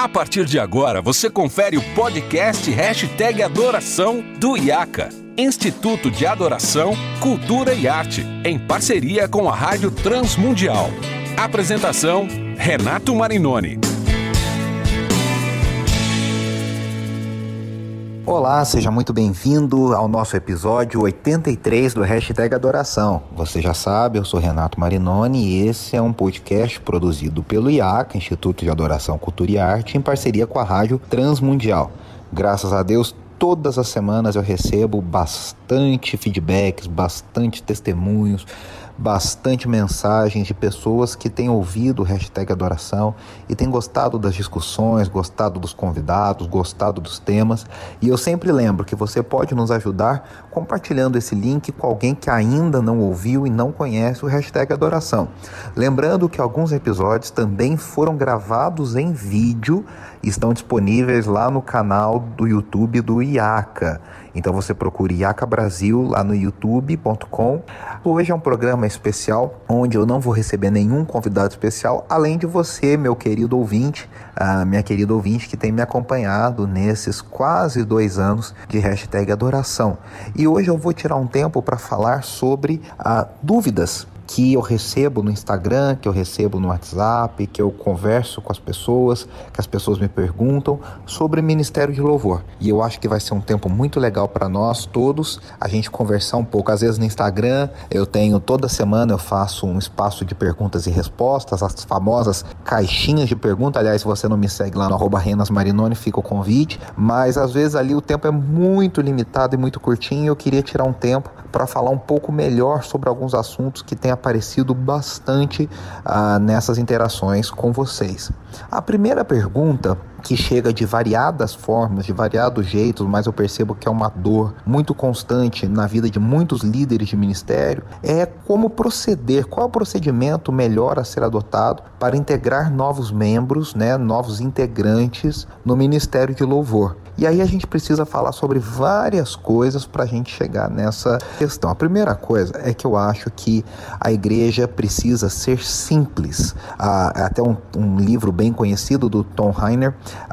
A partir de agora, você confere o podcast Hashtag Adoração do IACA, Instituto de Adoração, Cultura e Arte, em parceria com a Rádio Transmundial. Apresentação, Renato Marinoni. Olá, seja muito bem-vindo ao nosso episódio 83 do Hashtag Adoração. Você já sabe, eu sou Renato Marinoni e esse é um podcast produzido pelo IACA, Instituto de Adoração, Cultura e Arte, em parceria com a Rádio Transmundial. Graças a Deus, todas as semanas eu recebo bastante feedbacks, bastante testemunhos, bastante mensagens de pessoas que têm ouvido o Hashtag Adoração e têm gostado das discussões, gostado dos convidados, gostado dos temas. E eu sempre lembro que você pode nos ajudar compartilhando esse link com alguém que ainda não ouviu e não conhece o Hashtag Adoração. Lembrando que alguns episódios também foram gravados em vídeo e estão disponíveis lá no canal do YouTube do IACA. Então você procura IACA Brasil lá no youtube.com. Hoje é um programa especial onde eu não vou receber nenhum convidado especial, além de você, meu querido ouvinte, minha querida ouvinte que tem me acompanhado nesses quase 2 anos de Hashtag Adoração. E hoje eu vou tirar um tempo para falar sobre dúvidas que eu recebo no Instagram, que eu recebo no WhatsApp, que eu converso com as pessoas, que as pessoas me perguntam sobre Ministério de Louvor. E eu acho que vai ser um tempo muito legal para nós todos, a gente conversar um pouco. Às vezes no Instagram, toda semana eu faço um espaço de perguntas e respostas, as famosas caixinhas de pergunta. Aliás, se você não me segue lá no @renasmarinoni, fica o convite. Mas às vezes ali o tempo é muito limitado e muito curtinho e eu queria tirar um tempo para falar um pouco melhor sobre alguns assuntos que têm aparecido bastante nessas interações com vocês. A primeira pergunta, que chega de variadas formas, de variados jeitos, mas eu percebo que é uma dor muito constante na vida de muitos líderes de ministério, é como proceder, qual é o procedimento melhor a ser adotado para integrar novos membros, novos integrantes no Ministério de Louvor. E aí a gente precisa falar sobre várias coisas para a gente chegar nessa questão. A primeira coisa é que eu acho que a igreja precisa ser simples. Até um livro bem conhecido do Tom Rainer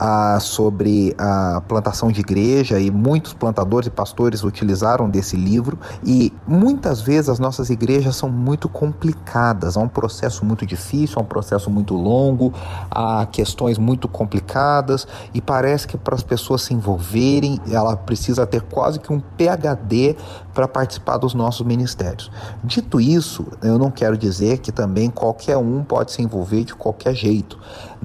sobre a plantação de igreja, e muitos plantadores e pastores utilizaram desse livro, e muitas vezes as nossas igrejas são muito complicadas, há um processo muito difícil, há um processo muito longo, há questões muito complicadas, e parece que para as pessoas se envolverem, ela precisa ter quase que um PhD para participar dos nossos ministérios. Dito isso, eu não quero dizer que também qualquer um pode se envolver de qualquer jeito,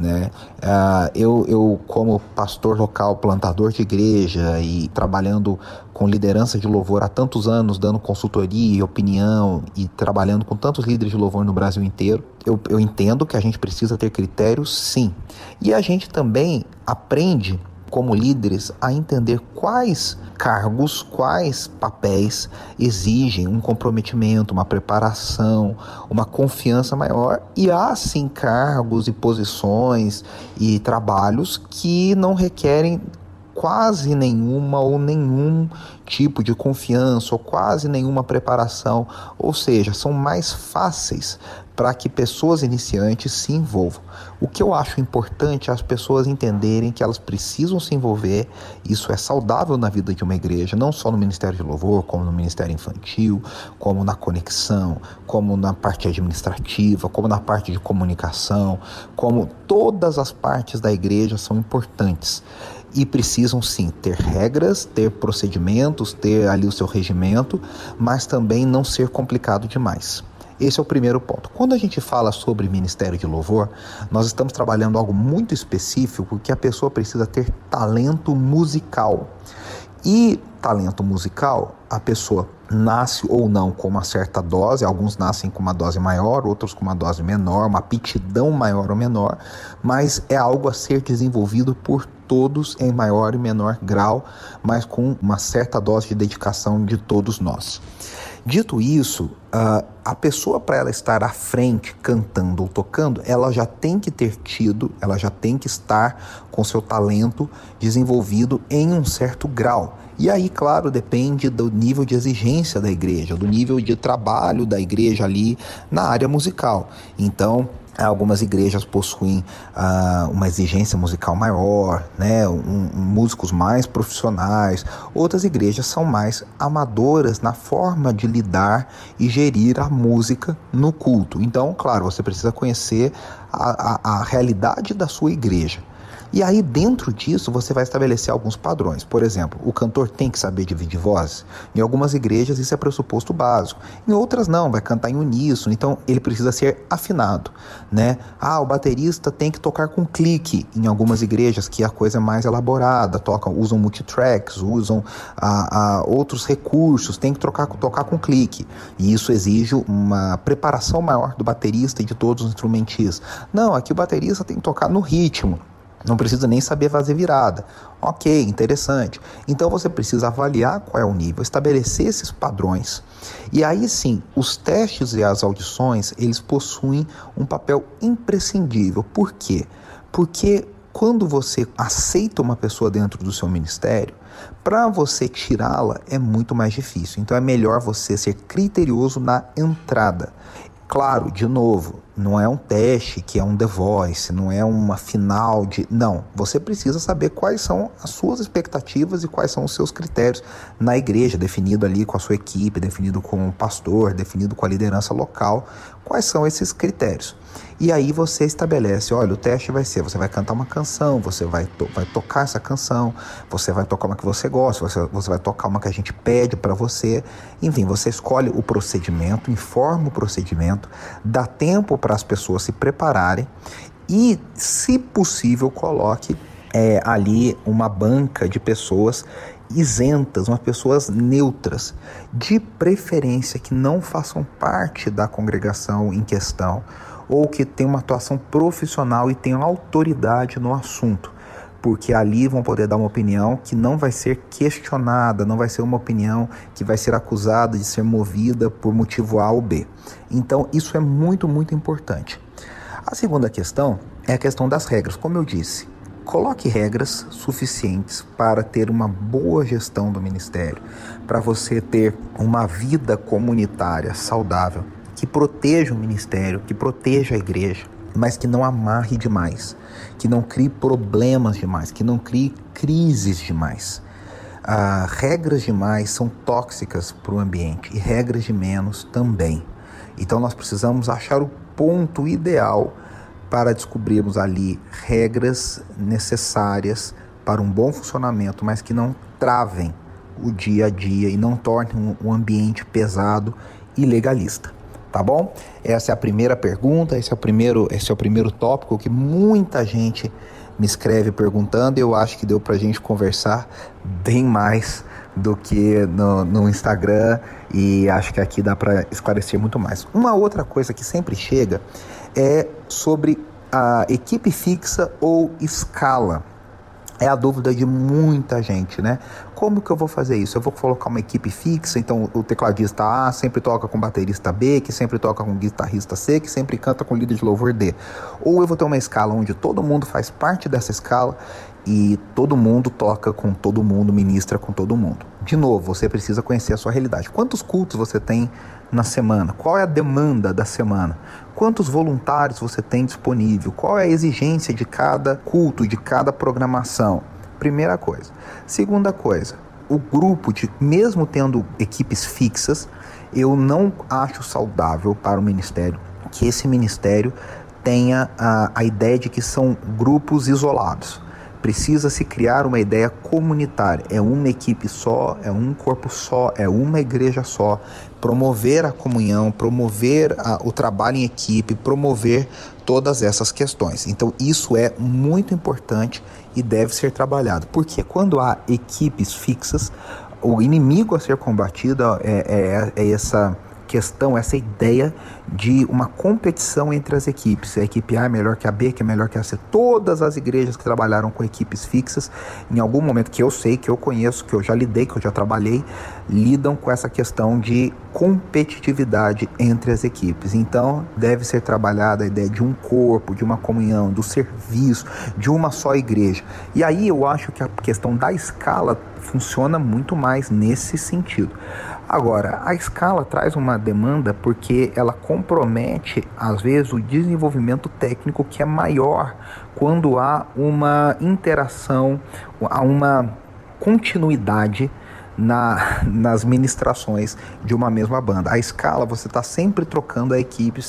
Eu como pastor local, plantador de igreja e trabalhando com liderança de louvor há tantos anos, dando consultoria e opinião e trabalhando com tantos líderes de louvor no Brasil inteiro, eu entendo que a gente precisa ter critérios, sim. E a gente também aprende como líderes a entender quais cargos, quais papéis exigem um comprometimento, uma preparação, uma confiança maior, e há sim cargos e posições e trabalhos que não requerem quase nenhuma ou nenhum tipo de confiança ou quase nenhuma preparação, ou seja, são mais fáceis para que pessoas iniciantes se envolvam. O que eu acho importante é as pessoas entenderem que elas precisam se envolver. Isso é saudável na vida de uma igreja, não só no Ministério de Louvor, como no Ministério Infantil, como na conexão, como na parte administrativa, como na parte de comunicação, como todas as partes da igreja são importantes. E precisam sim ter regras, ter procedimentos, ter ali o seu regimento, mas também não ser complicado demais. Esse é o primeiro ponto. Quando a gente fala sobre Ministério de Louvor, nós estamos trabalhando algo muito específico, que a pessoa precisa ter talento musical. E talento musical, a pessoa nasce ou não com uma certa dose, alguns nascem com uma dose maior, outros com uma dose menor, uma aptidão maior ou menor, mas é algo a ser desenvolvido por todos em maior e menor grau, mas com uma certa dose de dedicação de todos nós. Dito isso, a pessoa, para ela estar à frente cantando ou tocando, ela já tem que ter tido, ela já tem que estar com seu talento desenvolvido em um certo grau. E aí, claro, depende do nível de exigência da igreja, do nível de trabalho da igreja ali na área musical. Então, Algumas igrejas possuem uma exigência musical maior, né? Músicos mais profissionais. Outras igrejas são mais amadoras na forma de lidar e gerir a música no culto. Então, claro, você precisa conhecer a realidade da sua igreja. E aí, dentro disso, você vai estabelecer alguns padrões. Por exemplo, o cantor tem que saber dividir vozes. Em algumas igrejas, isso é pressuposto básico. Em outras, não, vai cantar em uníssono. Então, ele precisa ser afinado, né? O baterista tem que tocar com clique. Em algumas igrejas, que a coisa é mais elaborada, usam multitracks, usam outros recursos, tem que tocar com clique. E isso exige uma preparação maior do baterista e de todos os instrumentistas. Não, aqui o baterista tem que tocar no ritmo. Não precisa nem saber fazer virada. Ok, interessante. Então você precisa avaliar qual é o nível, estabelecer esses padrões. E aí sim, os testes e as audições, eles possuem um papel imprescindível. Por quê? Porque quando você aceita uma pessoa dentro do seu ministério, para você tirá-la é muito mais difícil. Então é melhor você ser criterioso na entrada. Claro, de novo, não é um teste que é um The Voice, não é uma final de... Não, você precisa saber quais são as suas expectativas e quais são os seus critérios na igreja, definido ali com a sua equipe, definido com o pastor, definido com a liderança local. Quais são esses critérios? E aí você estabelece, olha, o teste vai ser, você vai cantar uma canção, você vai tocar essa canção, você vai tocar uma que você gosta, você vai tocar uma que a gente pede para você. Enfim, você escolhe o procedimento, informa o procedimento, dá tempo para as pessoas se prepararem e, se possível, coloque ali uma banca de pessoas isentas, umas pessoas neutras, de preferência que não façam parte da congregação em questão, ou que tenham uma atuação profissional e tenham autoridade no assunto, porque ali vão poder dar uma opinião que não vai ser questionada, não vai ser uma opinião que vai ser acusada de ser movida por motivo A ou B. Então isso é muito, muito importante. A segunda questão é a questão das regras. Como eu disse, coloque regras suficientes para ter uma boa gestão do ministério, para você ter uma vida comunitária saudável, que proteja o ministério, que proteja a igreja, mas que não amarre demais, que não crie problemas demais, que não crie crises demais. Regras demais são tóxicas para o ambiente e regras de menos também. Então nós precisamos achar o ponto ideal para descobrirmos ali regras necessárias para um bom funcionamento, mas que não travem o dia a dia e não tornem um ambiente pesado e legalista. Tá bom? Essa é a primeira pergunta, esse é o primeiro tópico que muita gente me escreve perguntando, e eu acho que deu pra gente conversar bem mais do que no Instagram, e acho que aqui dá para esclarecer muito mais. Uma outra coisa que sempre chega é sobre a equipe fixa ou escala. É a dúvida de muita gente, né? Como que eu vou fazer isso? Eu vou colocar uma equipe fixa, então o tecladista A sempre toca com o baterista B, que sempre toca com o guitarrista C, que sempre canta com o líder de louvor D. Ou eu vou ter uma escala onde todo mundo faz parte dessa escala e todo mundo toca com todo mundo, ministra com todo mundo. De novo, você precisa conhecer a sua realidade. Quantos cultos você tem na semana? Qual é a demanda da semana? Quantos voluntários você tem disponível? Qual é a exigência de cada culto, de cada programação? Primeira coisa. Segunda coisa, o grupo, mesmo tendo equipes fixas, eu não acho saudável para o ministério que esse ministério tenha a ideia de que são grupos isolados. Precisa se criar uma ideia comunitária, é uma equipe só, é um corpo só, é uma igreja só, promover a comunhão, promover o trabalho em equipe, promover todas essas questões. Então isso é muito importante e deve ser trabalhado, porque quando há equipes fixas, o inimigo a ser combatido é essa questão, essa ideia de uma competição entre as equipes. A equipe A é melhor que a B, que é melhor que a C. Todas as igrejas que trabalharam com equipes fixas, em algum momento que eu sei, que eu conheço, que eu já lidei, que eu já trabalhei, lidam com essa questão de competitividade entre as equipes. Então, deve ser trabalhada a ideia de um corpo, de uma comunhão, do serviço, de uma só igreja. E aí eu acho que a questão da escala funciona muito mais nesse sentido. Agora, a escala traz uma demanda porque ela compromete, às vezes, o desenvolvimento técnico, que é maior quando há uma interação, há uma continuidade nas ministrações de uma mesma banda. A escala, você está sempre trocando a equipe,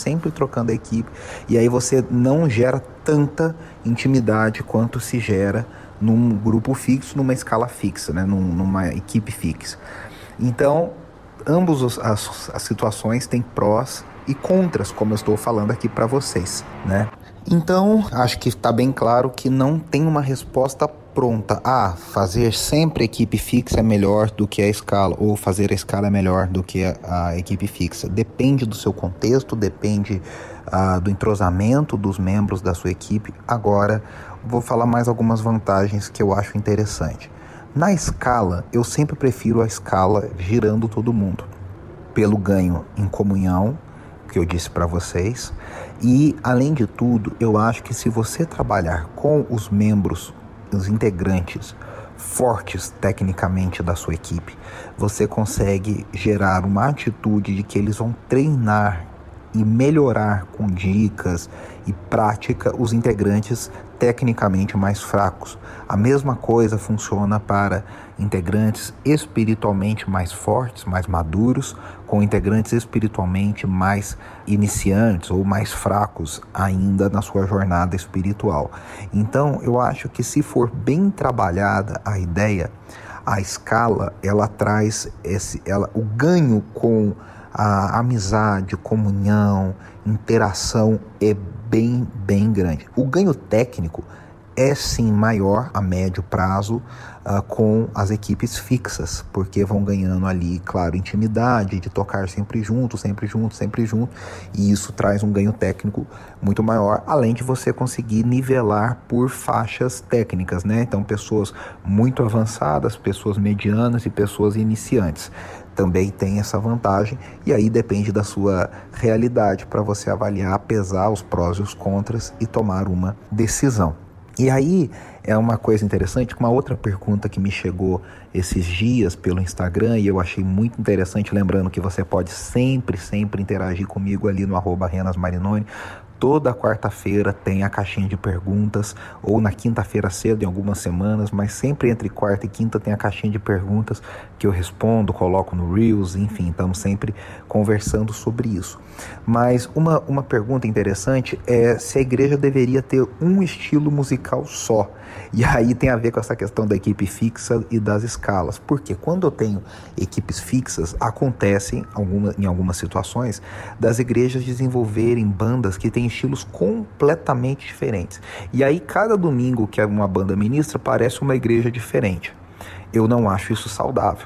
e aí você não gera tanta intimidade quanto se gera num grupo fixo, numa escala fixa, né? Numa equipe fixa. Então, ambas as situações têm prós e contras, como eu estou falando aqui para vocês, né? Então, acho que está bem claro que não tem uma resposta pronta. Fazer sempre equipe fixa é melhor do que a escala, ou fazer a escala é melhor do que a equipe fixa. Depende do seu contexto, depende do entrosamento dos membros da sua equipe. Agora, vou falar mais algumas vantagens que eu acho interessante. Na escala, eu sempre prefiro a escala girando todo mundo, pelo ganho em comunhão, que eu disse para vocês, e além de tudo, eu acho que se você trabalhar com os membros, os integrantes fortes tecnicamente da sua equipe, você consegue gerar uma atitude de que eles vão treinar e melhorar com dicas e prática os integrantes tecnicamente mais fracos. A mesma coisa funciona para integrantes espiritualmente mais fortes, mais maduros, com integrantes espiritualmente mais iniciantes ou mais fracos ainda na sua jornada espiritual. Então, eu acho que se for bem trabalhada a ideia, a escala, ela traz o ganho com a amizade, comunhão, interação é bem grande. O ganho técnico é sim maior a médio prazo com as equipes fixas, porque vão ganhando ali, claro, intimidade de tocar sempre junto, e isso traz um ganho técnico muito maior, além de você conseguir nivelar por faixas técnicas, né? Então, pessoas muito avançadas, pessoas medianas e pessoas iniciantes também tem essa vantagem, e aí depende da sua realidade para você avaliar, pesar os prós e os contras e tomar uma decisão. E aí é uma coisa interessante, uma outra pergunta que me chegou esses dias pelo Instagram e eu achei muito interessante, lembrando que você pode sempre interagir comigo ali no @renasmarinoni. Toda quarta-feira tem a caixinha de perguntas, ou na quinta-feira cedo em algumas semanas, mas sempre entre quarta e quinta tem a caixinha de perguntas que eu respondo, coloco no Reels, enfim, estamos sempre conversando sobre isso. Mas uma pergunta interessante é se a igreja deveria ter um estilo musical só. E aí tem a ver com essa questão da equipe fixa e das escalas. Porque quando eu tenho equipes fixas, acontecem em algumas situações das igrejas desenvolverem bandas que têm estilos completamente diferentes. E aí cada domingo que uma banda ministra parece uma igreja diferente. Eu não acho isso saudável.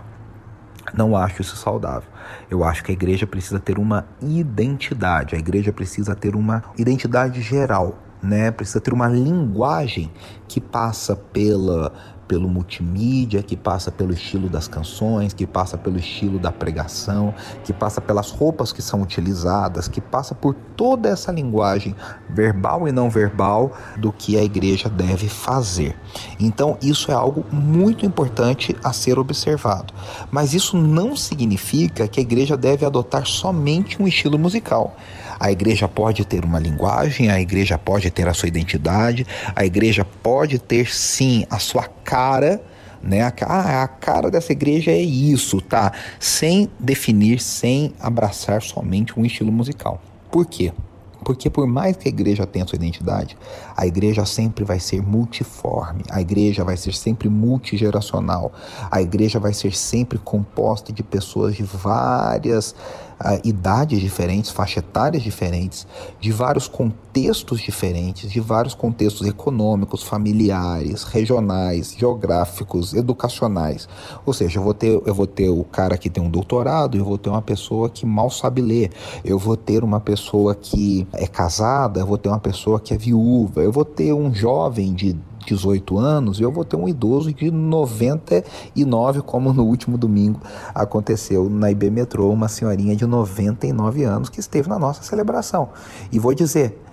Eu acho que a igreja precisa ter uma identidade. A igreja precisa ter uma identidade geral, né? Precisa ter uma linguagem que passa pelo multimídia, que passa pelo estilo das canções, que passa pelo estilo da pregação, que passa pelas roupas que são utilizadas, que passa por toda essa linguagem verbal e não verbal do que a igreja deve fazer. Então, isso é algo muito importante a ser observado. Mas isso não significa que a igreja deve adotar somente um estilo musical. A igreja pode ter uma linguagem, a igreja pode ter a sua identidade, a igreja pode ter sim a sua cara, né? A cara dessa igreja é isso, tá? Sem definir, sem abraçar somente um estilo musical. Por quê? Porque por mais que a igreja tenha sua identidade, a igreja sempre vai ser multiforme, a igreja vai ser sempre multigeracional, a igreja vai ser sempre composta de pessoas de várias idades diferentes, faixa etárias diferentes, de vários contextos diferentes, de vários contextos econômicos, familiares, regionais, geográficos, educacionais. Ou seja, eu vou ter o cara que tem um doutorado, eu vou ter uma pessoa que mal sabe ler, eu vou ter uma pessoa que é casada, eu vou ter uma pessoa que é viúva, eu vou ter um jovem de 18 anos e eu vou ter um idoso de 99, como no último domingo aconteceu na IB Metrô, uma senhorinha de 99 anos que esteve na nossa celebração. E vou dizer,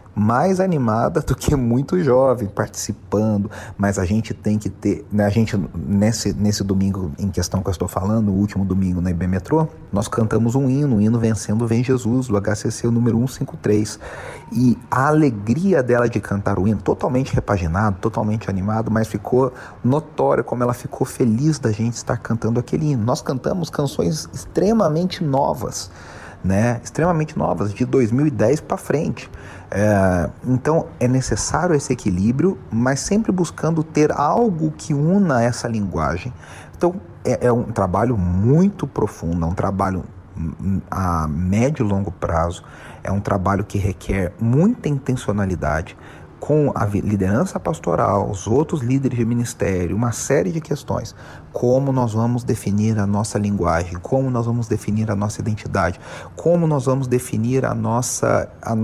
mais animada do que muito jovem participando, mas a gente tem que ter, né, a gente nesse domingo em questão que eu estou falando, o último domingo na IB Metrô, nós cantamos um hino Vencendo Vem Jesus, do HCC, o número 153, e a alegria dela de cantar o hino, totalmente repaginado, totalmente animado, mas ficou notório como ela ficou feliz da gente estar cantando aquele hino. Nós cantamos canções extremamente novas, né? Extremamente novas, de 2010 para frente. Então é necessário esse equilíbrio, mas sempre buscando ter algo que una essa linguagem. Então é um trabalho muito profundo, é um trabalho a médio e longo prazo, é um trabalho que requer muita intencionalidade com a liderança pastoral, os outros líderes de ministério, uma série de questões. Como nós vamos definir a nossa linguagem, como nós vamos definir a nossa identidade, como nós vamos definir a nossa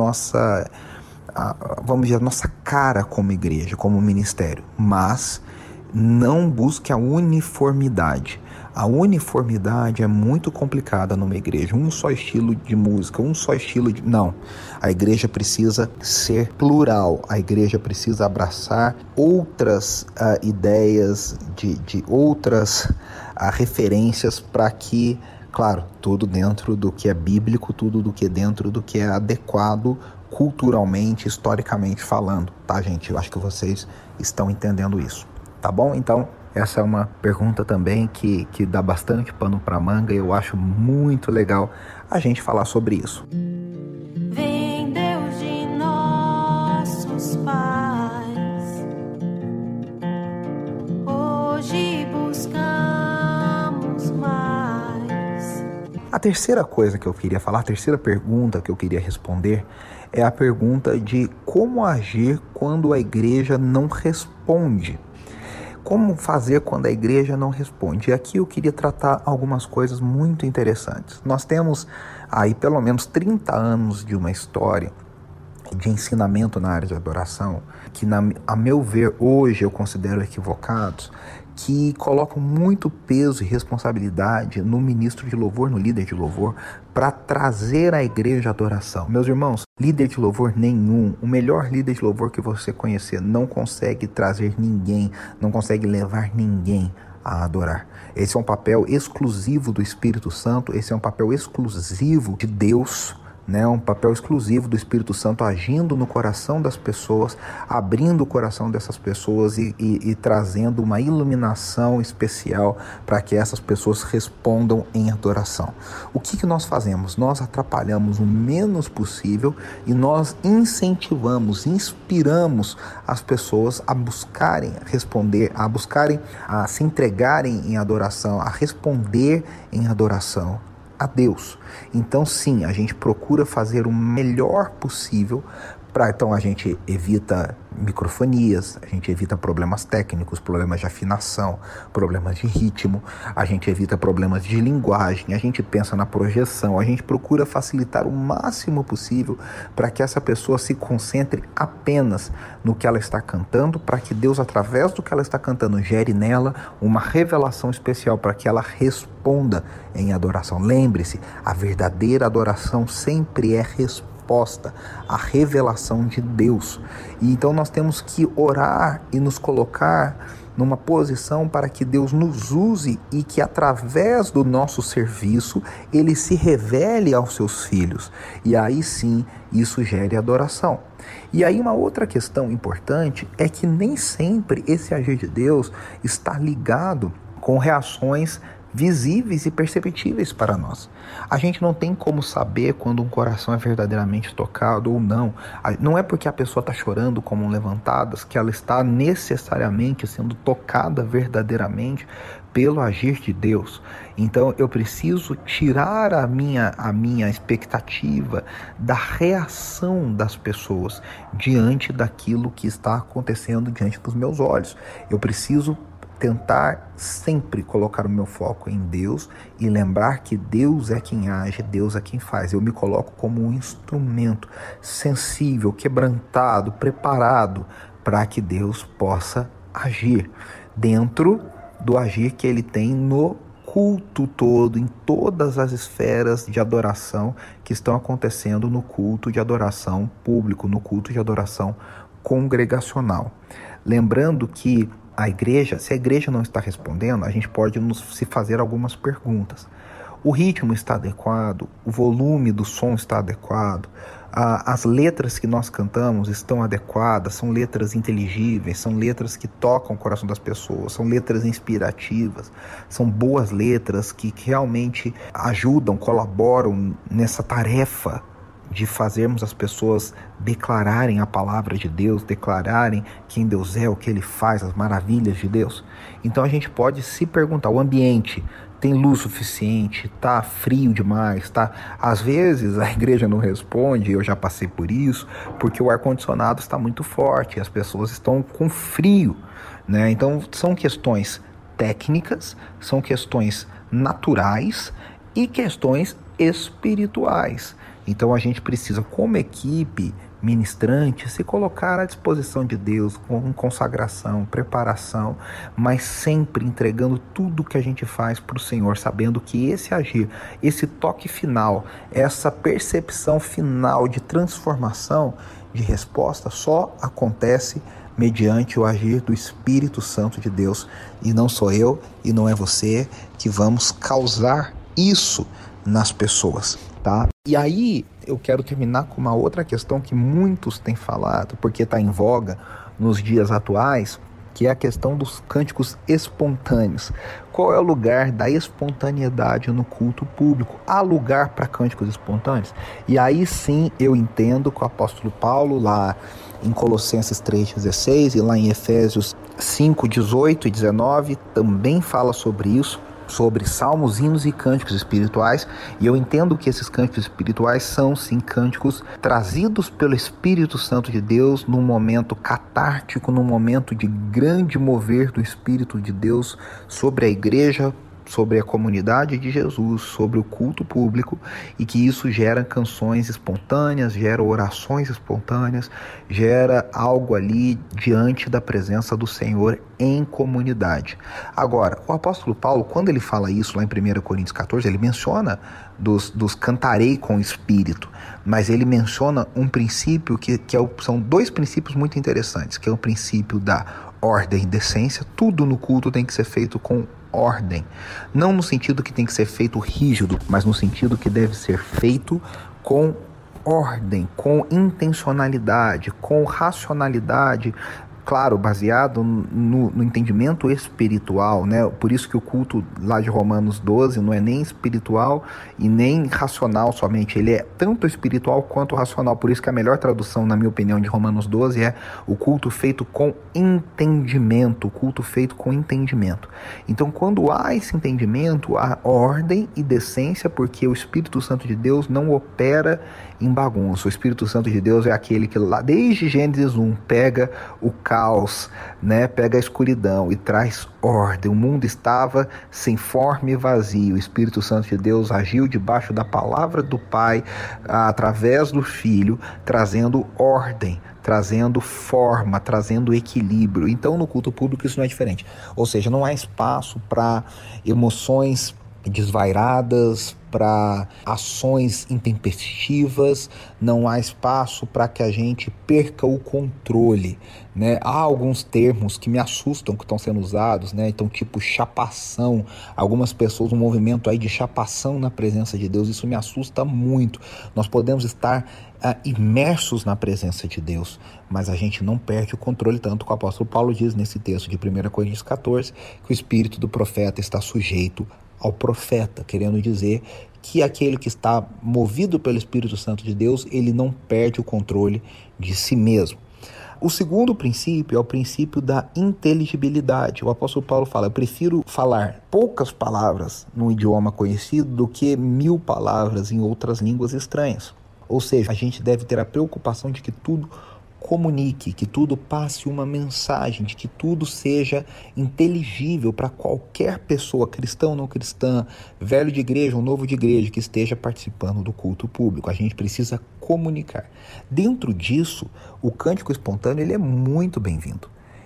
cara como igreja, como ministério. Mas não busque a uniformidade. A uniformidade é muito complicada numa igreja. Um só estilo de música, um só estilo de... Não. A igreja precisa ser plural. A igreja precisa abraçar outras ideias, de outras referências para que, claro, tudo dentro do que é bíblico, tudo do que é dentro do que é adequado culturalmente, historicamente falando. Tá, gente? Eu acho que vocês estão entendendo isso. Tá bom? Então, essa é uma pergunta também que dá bastante pano para manga e eu acho muito legal a gente falar sobre isso. Vem, Deus de nossos pais, hoje buscamos mais. A terceira coisa que eu queria falar, a terceira pergunta que eu queria responder é a pergunta de como agir quando a igreja não responde. Como fazer quando a igreja não responde? E aqui eu queria tratar algumas coisas muito interessantes. Nós temos aí pelo menos 30 anos de uma história de ensinamento na área de adoração, que a meu ver hoje eu considero equivocados, que colocam muito peso e responsabilidade no ministro de louvor, no líder de louvor, para trazer à igreja a adoração. Meus irmãos, líder de louvor nenhum, o melhor líder de louvor que você conhecer, não consegue trazer ninguém, não consegue levar ninguém a adorar. Esse é um papel exclusivo do Espírito Santo, esse é um papel exclusivo de Deus, né, um papel exclusivo do Espírito Santo agindo no coração das pessoas, abrindo o coração dessas pessoas e trazendo uma iluminação especial para que essas pessoas respondam em adoração. O que nós fazemos? Nós atrapalhamos o menos possível e nós incentivamos, inspiramos as pessoas a buscarem responder, a se entregarem em adoração, a responder em adoração a Deus. Então sim, a gente procura fazer o melhor possível então a gente evita microfonias, a gente evita problemas técnicos, problemas de afinação, problemas de ritmo, a gente evita problemas de linguagem, a gente pensa na projeção, a gente procura facilitar o máximo possível para que essa pessoa se concentre apenas no que ela está cantando, para que Deus, através do que ela está cantando, gere nela uma revelação especial para que ela responda em adoração. Lembre-se, a verdadeira adoração sempre é resposta a revelação de Deus. E então nós temos que orar e nos colocar numa posição para que Deus nos use e que através do nosso serviço Ele se revele aos seus filhos. E aí sim, isso gere adoração. E aí uma outra questão importante é que nem sempre esse agir de Deus está ligado com reações visíveis e perceptíveis para nós. A gente não tem como saber quando um coração é verdadeiramente tocado ou não. Não é porque a pessoa está chorando como levantadas que ela está necessariamente sendo tocada verdadeiramente pelo agir de Deus. Então eu preciso tirar a minha expectativa da reação das pessoas diante daquilo que está acontecendo diante dos meus olhos. Eu preciso tentar sempre colocar o meu foco em Deus e lembrar que Deus é quem age, Deus é quem faz. Eu me coloco como um instrumento sensível, quebrantado, preparado para que Deus possa agir dentro do agir que Ele tem no culto todo, em todas as esferas de adoração que estão acontecendo no culto de adoração público, no culto de adoração congregacional. Lembrando que a igreja, se a igreja não está respondendo, a gente pode se fazer algumas perguntas. O ritmo está adequado? O volume do som está adequado? As letras que nós cantamos estão adequadas? São letras inteligíveis? São letras que tocam o coração das pessoas? São letras inspirativas? São boas letras que realmente ajudam, colaboram nessa tarefa de fazermos as pessoas declararem a palavra de Deus, declararem quem Deus é, o que Ele faz, as maravilhas de Deus? Então a gente pode se perguntar, o ambiente tem luz suficiente? Tá frio demais? Às vezes a igreja não responde, eu já passei por isso, porque o ar-condicionado está muito forte, as pessoas estão com frio, né? Então são questões técnicas, são questões naturais e questões espirituais. Então a gente precisa, como equipe ministrante, se colocar à disposição de Deus com consagração, preparação, mas sempre entregando tudo que a gente faz para o Senhor, sabendo que esse agir, esse toque final, essa percepção final de transformação, de resposta, só acontece mediante o agir do Espírito Santo de Deus. E não sou eu e não é você que vamos causar isso nas pessoas, tá? E aí eu quero terminar com uma outra questão que muitos têm falado, porque está em voga nos dias atuais, que é a questão dos cânticos espontâneos. Qual é o lugar da espontaneidade no culto público? Há lugar para cânticos espontâneos? E aí sim eu entendo que o apóstolo Paulo, lá em Colossenses 3,16 e lá em Efésios 5,18 e 19, também fala sobre isso, sobre salmos, hinos e cânticos espirituais, e eu entendo que esses cânticos espirituais são sim cânticos trazidos pelo Espírito Santo de Deus num momento catártico, num momento de grande mover do Espírito de Deus sobre a igreja, sobre a comunidade de Jesus, sobre o culto público, e que isso gera canções espontâneas, gera orações espontâneas, gera algo ali diante da presença do Senhor em comunidade. Agora, o apóstolo Paulo, quando ele fala isso lá em 1 Coríntios 14, ele menciona dos cantarei com espírito, mas ele menciona um princípio são dois princípios muito interessantes, que é o princípio da ordem e decência. Tudo no culto tem que ser feito com ordem, não no sentido que tem que ser feito rígido, mas no sentido que deve ser feito com ordem, com intencionalidade, com racionalidade, claro, baseado no entendimento espiritual, né? Por isso que o culto lá de Romanos 12 não é nem espiritual e nem racional somente, ele é tanto espiritual quanto racional. Por isso que a melhor tradução, na minha opinião, de Romanos 12 é o culto feito com entendimento, o culto feito com entendimento. Então, quando há esse entendimento, há ordem e decência, porque o Espírito Santo de Deus não opera em bagunça. O Espírito Santo de Deus é aquele que lá desde Gênesis 1 pega o caos, né? Pega a escuridão e traz ordem. O mundo estava sem forma e vazio. O Espírito Santo de Deus agiu debaixo da palavra do Pai, através do Filho, trazendo ordem, trazendo forma, trazendo equilíbrio. Então no culto público isso não é diferente. Ou seja, não há espaço para emoções desvairadas, para ações intempestivas, não há espaço para que a gente perca o controle, né? Há alguns termos que me assustam que estão sendo usados, né? Então, tipo chapação, algumas pessoas, um movimento aí de chapação na presença de Deus, isso me assusta muito. Nós podemos estar imersos na presença de Deus, mas a gente não perde o controle, tanto que o apóstolo Paulo diz nesse texto de 1 Coríntios 14, que o espírito do profeta está sujeito ao profeta, querendo dizer que aquele que está movido pelo Espírito Santo de Deus, ele não perde o controle de si mesmo. O segundo princípio é o princípio da inteligibilidade. O apóstolo Paulo fala, eu prefiro falar poucas palavras num idioma conhecido do que 1000 palavras em outras línguas estranhas. Ou seja, a gente deve ter a preocupação de que tudo comunique, que tudo passe uma mensagem, de que tudo seja inteligível para qualquer pessoa, cristã ou não cristã, velho de igreja ou novo de igreja, que esteja participando do culto público. A gente precisa comunicar. Dentro disso, o cântico espontâneo ele é muito bem-vindo.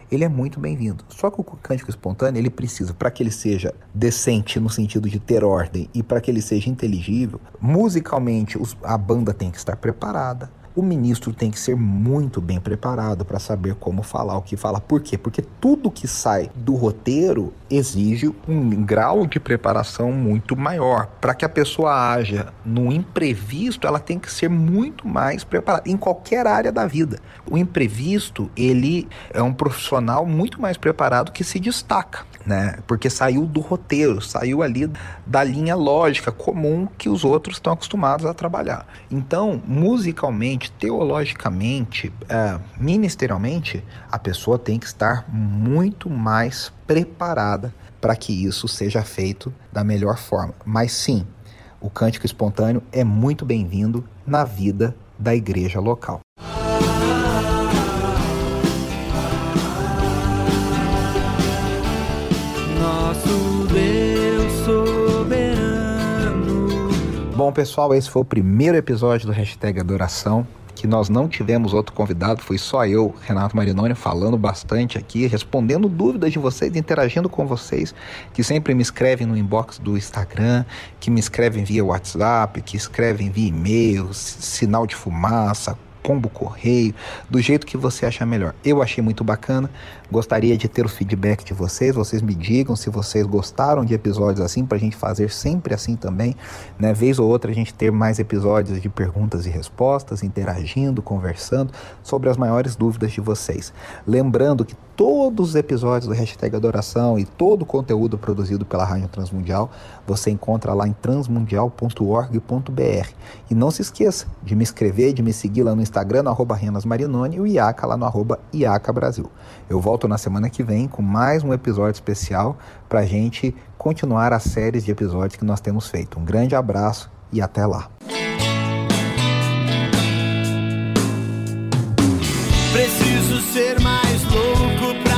ele é muito bem-vindo. Só que o cântico espontâneo, ele precisa, para que ele seja decente no sentido de ter ordem e para que ele seja inteligível, musicalmente a banda tem que estar preparada. O ministro tem que ser muito bem preparado para saber como falar, o que falar. Por quê? Porque tudo que sai do roteiro exige um grau de preparação muito maior. Para que a pessoa haja no imprevisto, ela tem que ser muito mais preparada, em qualquer área da vida. O imprevisto, ele é um profissional muito mais preparado que se destaca, né? Porque saiu do roteiro, saiu ali da linha lógica comum que os outros estão acostumados a trabalhar. Então, musicalmente, teologicamente, ministerialmente, a pessoa tem que estar muito mais preparada para que isso seja feito da melhor forma. Mas sim, o cântico espontâneo é muito bem-vindo na vida da igreja local. Nosso Deus soberano. Bom, pessoal, esse foi o primeiro episódio do Hashtag Adoração, que nós não tivemos outro convidado, foi só eu, Renato Marinoni, falando bastante aqui, respondendo dúvidas de vocês, interagindo com vocês, que sempre me escrevem no inbox do Instagram, que me escrevem via WhatsApp, que escrevem via e-mail, sinal de fumaça, pombo correio, do jeito que você achar melhor. Eu achei muito bacana, gostaria de ter o feedback de vocês me digam se vocês gostaram de episódios assim, pra gente fazer sempre assim também, né? Vez ou outra a gente ter mais episódios de perguntas e respostas, interagindo, conversando sobre as maiores dúvidas de vocês. Lembrando que todos os episódios do Hashtag Adoração e todo o conteúdo produzido pela Rádio Transmundial você encontra lá em transmundial.org.br. E não se esqueça de me escrever, de me seguir lá no Instagram, no @renasmarinoni, e o IACA lá no @IACABrasil. Eu volto na semana que vem com mais um episódio especial para a gente continuar as séries de episódios que nós temos feito. Um grande abraço e até lá. Preciso ser mais louco